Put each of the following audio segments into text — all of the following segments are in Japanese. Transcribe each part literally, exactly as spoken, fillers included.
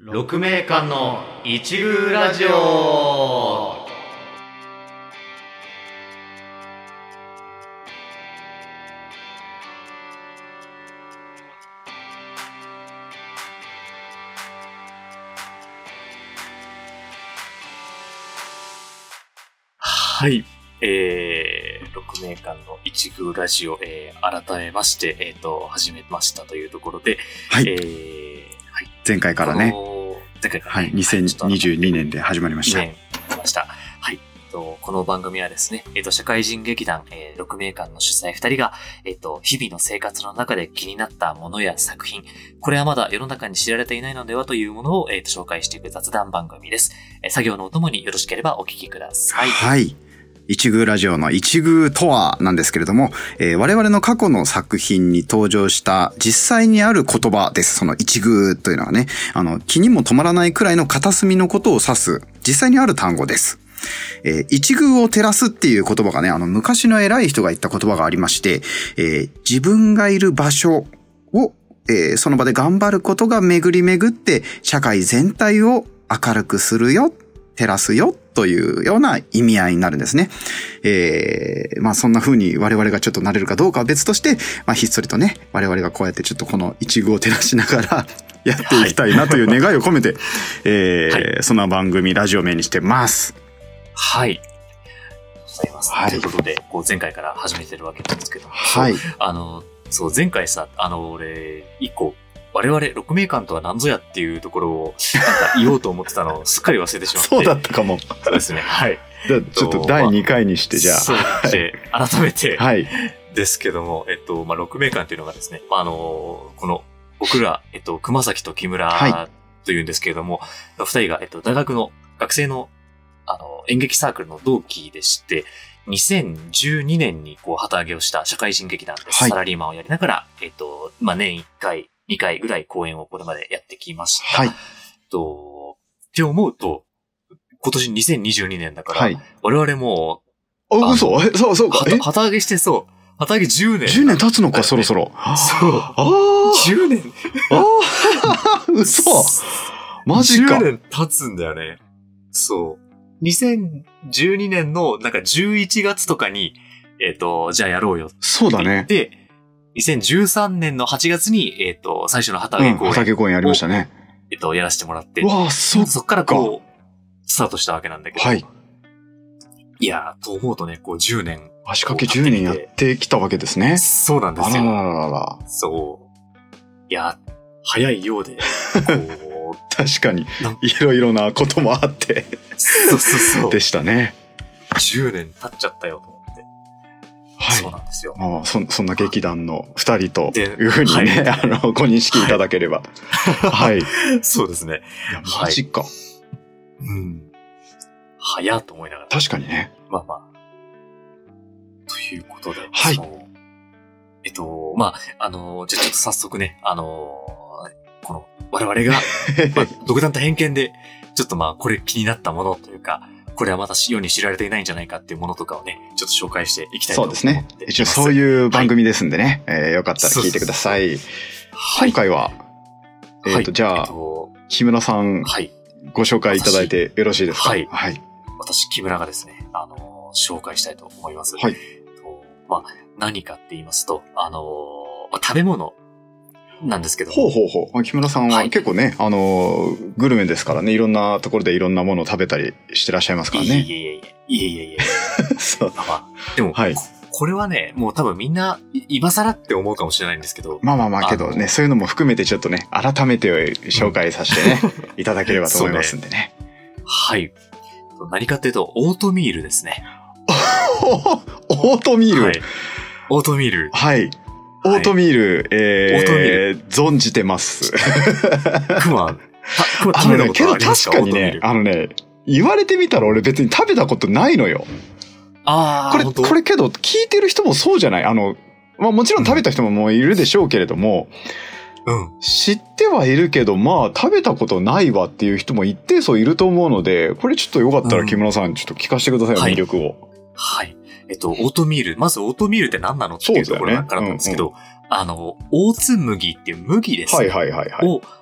鹿鳴館の一宮ラジオ。 はい、えー、鹿鳴館の一宮ラジオ、えー、改めまして、えーと、始めましたというところで、 はい。 えーはい、 前回からね、 前回から、ね、 はい、にせんにじゅうにねんで始まりました。 にねん始まりました。はい。とこの番組はですね、えっ、ー、と、社会人劇団、えー、鹿鳴館の主催ふたりが、えっ、ー、と、日々の生活の中で気になったものや作品、これはまだ世の中に知られていないのではというものを、えー、と紹介していく雑談番組です。えー、作業のお供によろしければお聞きください。 はい。一宮ラジオの一宮とはなんですけれども、えー、我々の過去の作品に登場した実際にある言葉です。その一宮というのはね、あの、気にも止まらないくらいの片隅のことを指す、実際にある単語です。えー、一宮を照らすっていう言葉がね、あの、昔の偉い人が言った言葉がありまして、えー、自分がいる場所を、えー、その場で頑張ることが巡り巡って社会全体を明るくするよ、照らすよというような意味合いになるんですね。えー、まあそんな風に我々がちょっとなれるかどうかは別として、まあひっそりとね、我々がこうやってちょっとこの一宮を照らしながらやっていきたいなという願いを込めて、えーはい、そんな番組ラジオ名にしてます。 はい。ございます。はい。ということで、こう前回から始めてるわけなんですけど、 はい。 あの、そう前回さ、あの俺一個我々、鹿鳴館とは何ぞやっていうところを、なんか言おうと思ってたのをすっかり忘れてしまって。 そうだったかも。 そうですね。はい。 じゃあちょっとだいにかいにして、じゃあ。 そうして、改めて。 はい。 ですけども、えっと、まあ、鹿鳴館っていうのがですね、まあ、あの、この、僕ら、えっと、熊崎と木村というんですけれども、二、はい、人が、えっと、大学の、学生の、あの、演劇サークルの同期でして、にせんじゅうにねんにこう、旗揚げをした社会人劇団です。はい、サラリーマンをやりながら、えっと、まあ、年いっかい、にかいぐらい公演をこれまでやってきました。 はい。 と、って思うと、今年にせんにじゅうにねんだから、はい、我々もう、あ、嘘え、そうそうか。 旗揚げしてそう。旗揚げじゅうねん。 じゅうねん経つのか、そろそろ。 そう。ああ。じゅうねん。 ああ。嘘。マジか。 じゅうねん経つんだよね。そう。にせんじゅうにねんのなんかじゅういちがつとかに、えっと、じゃあやろうよって言って。 そうだね。 で、にせんじゅうさんねんのはちがつに、えっと、最初の旗揚げ公演、うん。 旗揚げ公演やりましたね。 えっと、やらせてもらって。 うわぁ、そっか。 そっからこう、スタートしたわけなんだけど。 はい。 いやー、と思うとね、こうじゅうねん。 足掛けじゅうねんやってきたわけですね。 そうなんですよ。 あらららら。 そう。いや、早いようで、こう、確かに、いろいろなこともあって。 そうそうそう。 でしたね。 じゅうねん経っちゃったよと思って。 はい。 そうなんですよ。 まあ、そ、そんな劇団の二人というふうにね、はい、あの、ご認識いただければ。はい。はい、 そうですね。 いや、マジか。はい、 うん。早っと思いながら。 確かにね。 まあまあ。ということで。 はい。 えっと、まあ、あの、じゃあちょっと早速ね、あの、この、我々が、まあ、独断と偏見で、ちょっとまあ、これ気になったものというか、これはまだ世に知られていないんじゃないかっていうものとかをね、ちょっと紹介していきたいと思って。 そうですね。一応そういう番組ですんでね、はい、えー、よかったら聞いてください。はい、今回は、えっ、ー、と、はい、じゃあ、えっと、木村さん、はい、ご紹介いただいてよろしいですか？ はい。はい。私、木村がですね、あの、紹介したいと思います。はい。とまあ、何かって言いますと、あの、まあ、食べ物なんですけど。 ほうほうほう。木村さんは結構ね、はい、あの、グルメですからね、いろんなところでいろんなものを食べたりしてらっしゃいますからね。 いえいえいえ。いえいえいえ。 そう。 まあ、でも、はい、こ, これはね、もう多分みんな、今更って思うかもしれないんですけど。 まあまあまあ、けどね、そういうのも含めてちょっとね、改めて紹介させてね、うん、いただければと思いますんでね。ねはい。何かっていうと、オートミールですね。 オートミール、はい、 オートミール。 はい。オートミール、はい、えー、オートミール。存じてます。 クマ、 クマ食べたことありますか？けど確かにね、あのね、言われてみたら俺別に食べたことないのよ。 ああ。これ、これけど聞いてる人もそうじゃない？あの、まあもちろん食べた人ももういるでしょうけれども、うん。知ってはいるけど、まあ食べたことないわっていう人も一定数いると思うので、これちょっとよかったら木村さんちょっと聞かせてくださいよ、うん、魅力を。 はい。はいえっと、オートミール。まずオートミールって何なのっていうところからなんですけど、ねうんうん、あの、オーツ麦っていう麦ですね。 はいはいはい、はい。 を、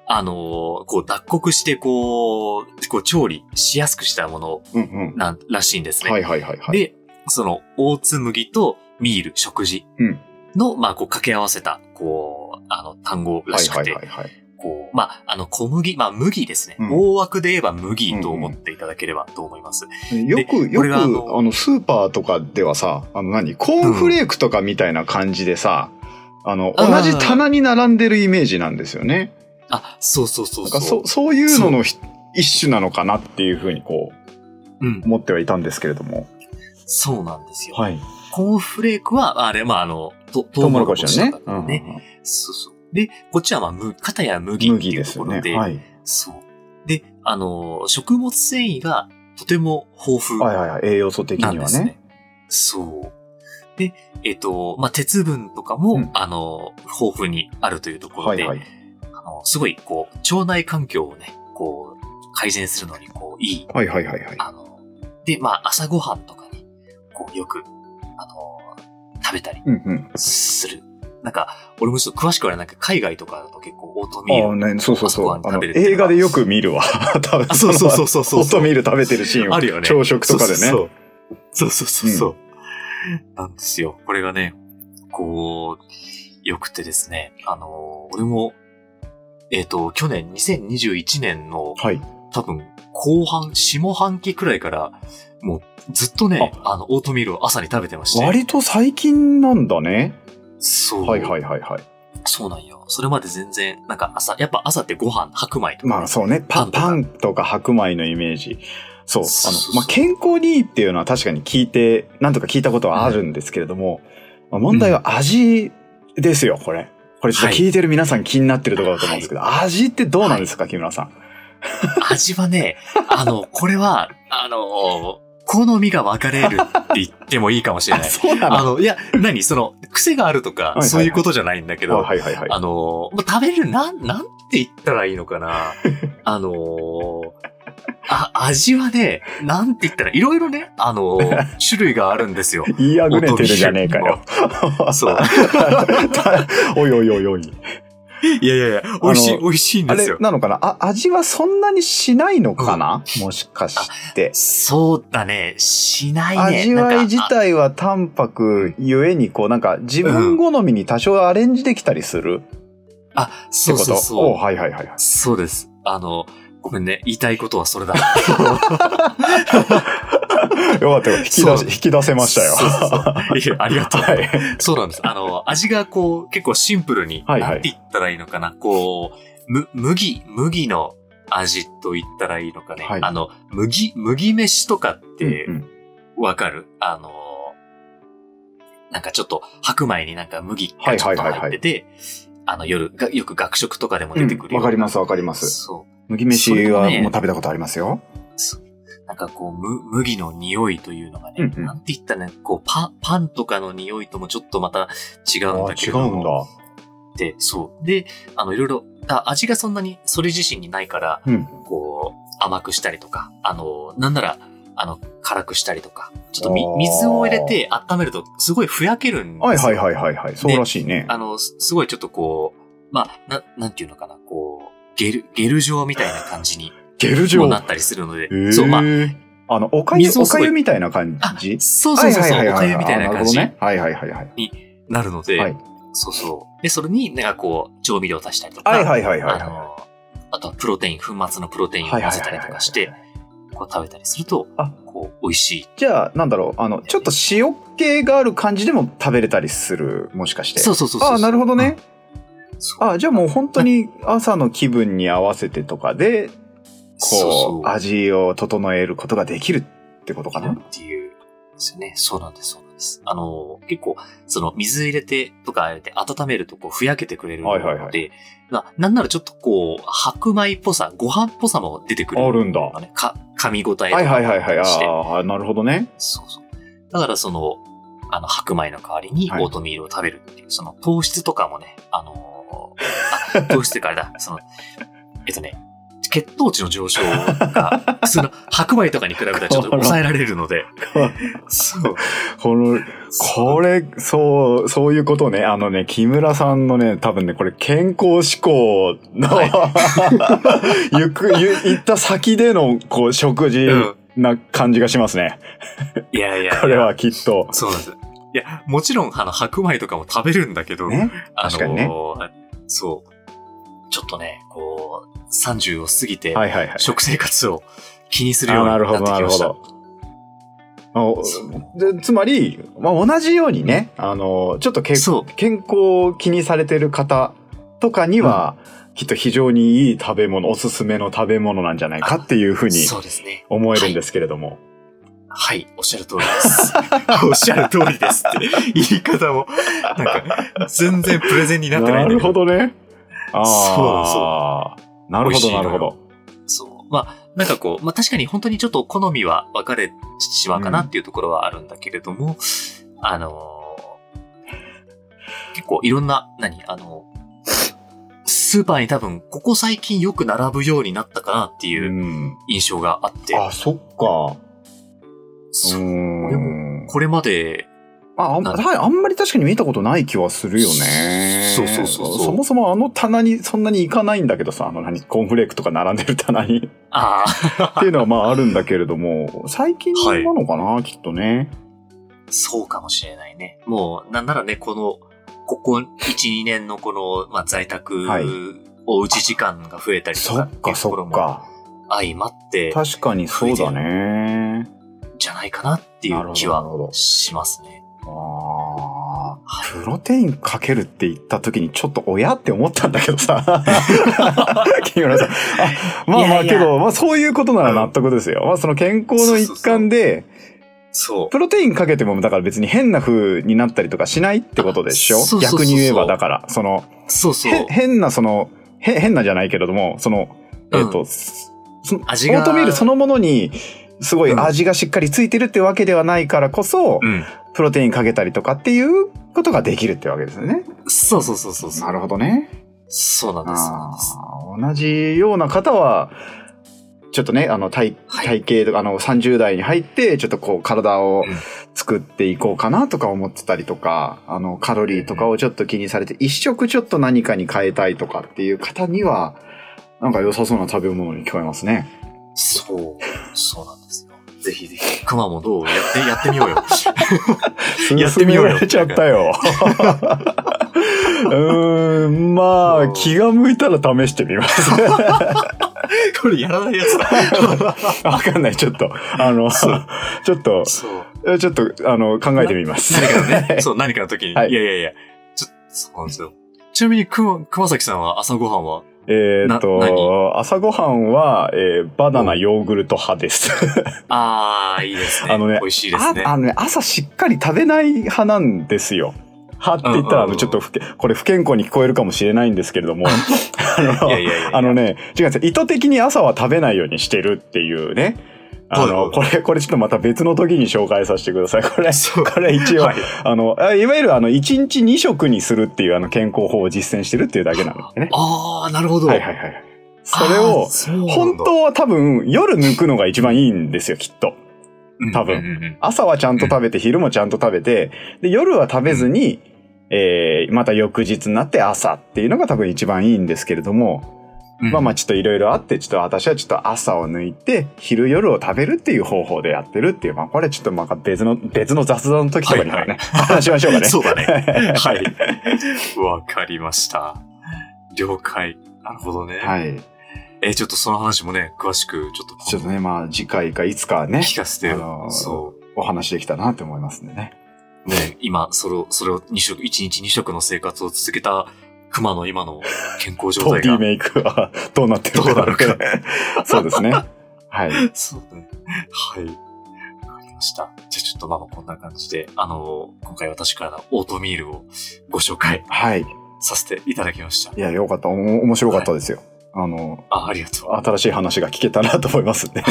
あのー、こう脱穀してこう、こう調理しやすくしたものなんらしいんですね。 はいはいはいはい。 で、その、オーツ麦とミール、食事の、うん、まあ、こう掛け合わせた、こう、あの、単語らしくて、はいはいはいはい、こう、まあ、あの、小麦、まあ、麦ですね。うん、大枠で言えば麦と思っていただければと思います。 うんうん、よく、よく、あの、あのスーパーとかではさ、あの何、コーンフレークとかみたいな感じでさ、うん、あの、同じ棚に並んでるイメージなんですよね。 あ、そうそうそうそう。 なんかそ、そういうのの一種なのかなっていうふうにこう、うん、思ってはいたんですけれども。 そうなんですよ。 はい。 コーンフレークは、あれ、まあ、あの、と、トウモロコシだったんでね。うんうんうん、そうそう。で、こっちはまあ、む、片や麦っていうところで、 麦ですよね。はい。 そう。で、あの、食物繊維がとても豊富なんですね。 はいはいはい。栄養素的にはね。 そう。で、えっと、まあ、鉄分とかも、うん、あの、豊富にあるというところで、はいはい、あの、すごい、こう、腸内環境をね、こう、改善するのに、こう、いい。 はいはいはいはい。 あの、で、まあ、朝ごはんとかに、こう、よく、あの、食べたりする。うんうん、なんか、俺もちょっと詳しくはなんか海外とかだと結構オートミール。 ああね、そうそうそう。あの、映画でよく見るわ。多分そうそうそうそうそう。 オートミール食べてるシーンを。あるよね。朝食とかでね。 そうそうそうそうそう、うん。なんですよ。これがね、こう、良くてですね。あの、俺も、えっと、去年にせんにじゅういちねんの、はい、多分、後半、下半期くらいから、もうずっとね、あ, あの、オートミールを朝に食べてまして。 割と最近なんだね。 そう。 はいはいはいはい。 そうなんよ。それまで全然、なんか朝、やっぱ朝ってご飯、白米とか、ね。 まあそうね。パン、パンとか白米のイメージ。そう。あの、まあ健康にいいっていうのは確かに聞いて、なんとか聞いたことはあるんですけれども、うん、まあ、問題は味ですよ、これ。これちょっと聞いてる皆さん気になってるところだと思うんですけど、はい、味ってどうなんですか、はい、木村さん。 味はね、あの、これは、あの、好みが分かれるって言ってもいいかもしれない。 そうなの？ あの、いや、何その、癖があるとか、はいはいはい、そういうことじゃないんだけど、 はいはいはい、 あの、食べれる、なん、なんて言ったらいいのかな。あの、あ、味はね、なんて言ったら、いろいろね、あの、種類があるんですよ。 言いあぐれてるじゃねえかよ。 そう。 おいおいおいおい。 いやいやいや、美味しい、美味しいんですよ。 あれなのかなあ、味はそんなにしないのかな、うん、もしかして。 そうだね、しないね。 味わい自体は淡白ゆえに、こうなんか自分好みに多少アレンジできたりする、うん、 あ、そうそうそう。 お、はいはいはい。 そうです。あの、ごめんね、言いたいことはそれだ。 よかったよ。引き出し、引き出せましたよ。 そうそうそういやありがとう、はい。そうなんです。あの、味がこう、結構シンプルに、はいはい、なんて言ったらいいのかな。こう、む、麦、麦の味と言ったらいいのかね。はい、あの、麦、麦飯とかって、わかる、うんうん、あの、なんかちょっと白米になんか麦がちょっと入ってて、あの夜が、よく学食とかでも出てくるような。 わ、うん、かりますわかります。そう。麦飯はもう食べたことありますよ。 そう。なんかこう、む、麦の匂いというのがね、うんうん、なんて言ったらね、こう、パン、パンとかの匂いともちょっとまた違うんだけど。 違うんだ。 で、そう。で、あの、いろいろ、味がそんなにそれ自身にないから、うん、こう、甘くしたりとか、あの、なんなら、あの、辛くしたりとか、ちょっとみ水を入れて温めると、すごいふやけるんですよ。 はいはいはいはいはい。そうらしいね。 あの、すごいちょっとこう、まあ、な、なんていうのかな、こう、ゲル、ゲル状みたいな感じに。 ゲル状もなったりするので。そう、まあ。 あの、おかゆ、おかゆみたいな感じ？ そうそうそうそう、おかゆみたいな感じ。 ね、はいはいはいはい。 になるので、はい、そうそう。で、それに、なんかこう、調味料を足したりとか。 はいはいはいはい。 あの、あとはプロテイン、粉末のプロテインを混ぜたりとかして、こう食べたりすると、あ、こう、美味しい。 じゃあ、なんだろう、あの、ちょっと塩気がある感じでも食べれたりする、もしかして。 そうそうそうそう。 あ、なるほどね。うん、あ、じゃあもう本当に朝の気分に合わせてとかで、こう、そうそう味を整えることができるってことかなっていうですよね。そうなんです、そうなんです。あの、結構、その、水入れてとか入れて温めるとこう、ふやけてくれるので、はいはいはい、な, なんならちょっとこう、白米っぽさ、ご飯っぽさも出てくる、ね。 あるんだ。 か、噛み応えとか。 はいはいはいはい。ああ、なるほどね。 そうそう。だからその、あの、白米の代わりにオートミールを食べるっていう、はい、その糖質とかもね、あのー、あ、糖質ってかあれだ、その、えっとね、 血糖値の上昇が、普通の白米とかに比べたらちょっと抑えられるので。そう。 この、これ、そう、そういうことね。あのね、木村さんのね、多分ね、これ健康志向の、はい、行く、行った先での、こう、食事な感じがしますね。 いやいやいや。 これはきっと。 そうなんです。いや、もちろん、あの、白米とかも食べるんだけど、 ね、 あの確かにね。 そう。ちょっとね、こう、さんじゅうを過ぎて、 はいはいはい、 食生活を気にするようになってきました。なるほど、なるほど。でつまり、まあ、同じようにね、あの、ちょっとけ健康を気にされてる方とかには、うん、きっと非常にいい食べ物、おすすめの食べ物なんじゃないかっていうふうに思えるんですけれども。 はい、おっしゃる通りです。おっしゃる通りですって言い方も、なんか、全然プレゼンになってないんだけど。 なるほどね。ああ、そうそう。なるほど、なるほど。 そう。まあ、なんかこう、まあ確かに本当にちょっと好みは分かれてしまうかなっていうところはあるんだけれども、うん、あのー、結構いろんな、何あの、スーパーに多分、ここ最近よく並ぶようになったかなっていう印象があって。 うん、あ、そっか。 そう。でも、これまで、 あ、はい、あんまり確かに見たことない気はするよね。 そうそうそうそう。 そもそもあの棚にそんなに行かないんだけどさ、あの何、コーンフレークとか並んでる棚に。 ああ。っていうのはまああるんだけれども、最近なのかな、はい、きっとね。 そうかもしれないね。もう、なんならね、この、ここいち、にねんのこの、まあ在宅、はい、おうち時間が増えたりとかっていうところも相まって、 確かにそうだね。 じゃないかなっていう気はしますね。 ああ、プロテインかけるって言った時にちょっと親って思ったんだけどさ。木村さん。あ、まあまあけど、まあそういうことなら納得ですよ。まあその健康の一環で、 そう。 プロテインかけてもだから別に変な風になったりとかしないってことでしょ？ そうそうそうそう。 逆に言えばだから、その、 そうそう。 変なその、へ変なじゃないけれども、その、えっ、ー、と、うん、その味がオートミールそのものに、すごい味がしっかりついてるってわけではないからこそ、うん、プロテインかけたりとかっていうことができるってわけですよね。 そうそうそうそう。 なるほどね。 そうなんです。 同じような方は、ちょっとね、あの体、体型とか、はい、あのさんじゅう代に入って、ちょっとこう体を作っていこうかなとか思ってたりとか、あのカロリーとかをちょっと気にされて、一食ちょっと何かに変えたいとかっていう方には、なんか良さそうな食べ物に聞こえますね。 そう、そうなんですよ。ぜひぜひ、クマもどうやって、やってみようよ。 やってみようよ。やっちゃったよ。うーん、まあ、気が向いたら試してみます。 これやらないやつだ。 わかんない、ちょっと。あの、ちょっと、ちょっと、あの、考えてみます。 何かのね、そう、何かの時に。はい、いやいやいや、ちょっと、そうなんですよ。ちなみに、くま、熊崎さんは朝ごはんはえーっと、朝ごはんは、えー、バナナヨーグルト派です。 ああ、いいですね。あのね、美味しいですね。 あ、あのね、朝しっかり食べない派なんですよ。派って言ったら、あの、ちょっと不健、これ不健康に聞こえるかもしれないんですけれども、あの、いやいやいやあのね、違うんですよ。意図的に朝は食べないようにしてるっていうね。あの、これ、これちょっとまた別の時に紹介させてください。これ、これ一応、はい、あの、いわゆるあの、いちにちに食にするっていうあの、健康法を実践してるっていうだけなんですね。 ああ、なるほど。 はいはいはい。それを、本当は多分、夜抜くのが一番いいんですよ、きっと。多分。朝はちゃんと食べて、昼もちゃんと食べて、で、夜は食べずに、えー、また翌日になって朝っていうのが多分一番いいんですけれども、うん、まあまあちょっといろいろあって、ちょっと私はちょっと朝を抜いて、昼夜を食べるっていう方法でやってるっていう、まあこれちょっとまあ別の、別の雑談の時とかにからね、はいはい、話しましょうかね。 そうだね。はい。わかりました。了解。なるほどね。 はい。 えー、ちょっとその話もね、詳しくちょっと。 ちょっとね、まあ次回かいつかね。 聞かせてよ。 あのー、そう。お話できたなって思いますんでね。 ね、今、それを、それをに食、いちにちに食の生活を続けた熊の今の健康状態が。 ボディメイクはどうなってるか。 どうなるか。 そうですね。はい。 そうね。はい。わかりました。じゃあちょっとまあこんな感じで、あのー、今回私からのオートミールをご紹介。 はい。 させていただきました。 いや、よかった。おも面白かったですよ。はい、あのー、 あ、ありがとう。 新しい話が聞けたなと思いますね。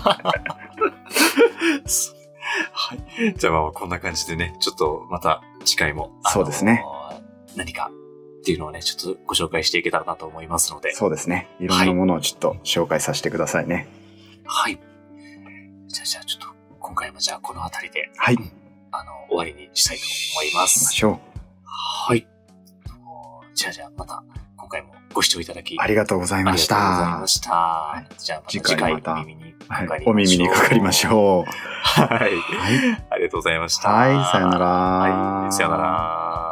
はい。じゃあまあこんな感じでね、ちょっとまた次回も。 そうですね。 何かっていうのをね、ちょっとご紹介していけたらなと思いますので。 そうですね。いろんなものをちょっと紹介させてくださいね。 はい。じゃあ、じゃあちょっと、今回もじゃあこの辺りで、 はい。 あの、終わりにしたいと思いましす。 ましょう。 はい。じゃあじゃあまた、今回もご視聴いただき、 ありがとうございました。 ありがとうございました。はい、じゃあまた次回またお耳にかかりましょう。 はい、お耳にかかりましょう。 はい。はい。ありがとうございました。 はい、さよなら。 はい、さよなら。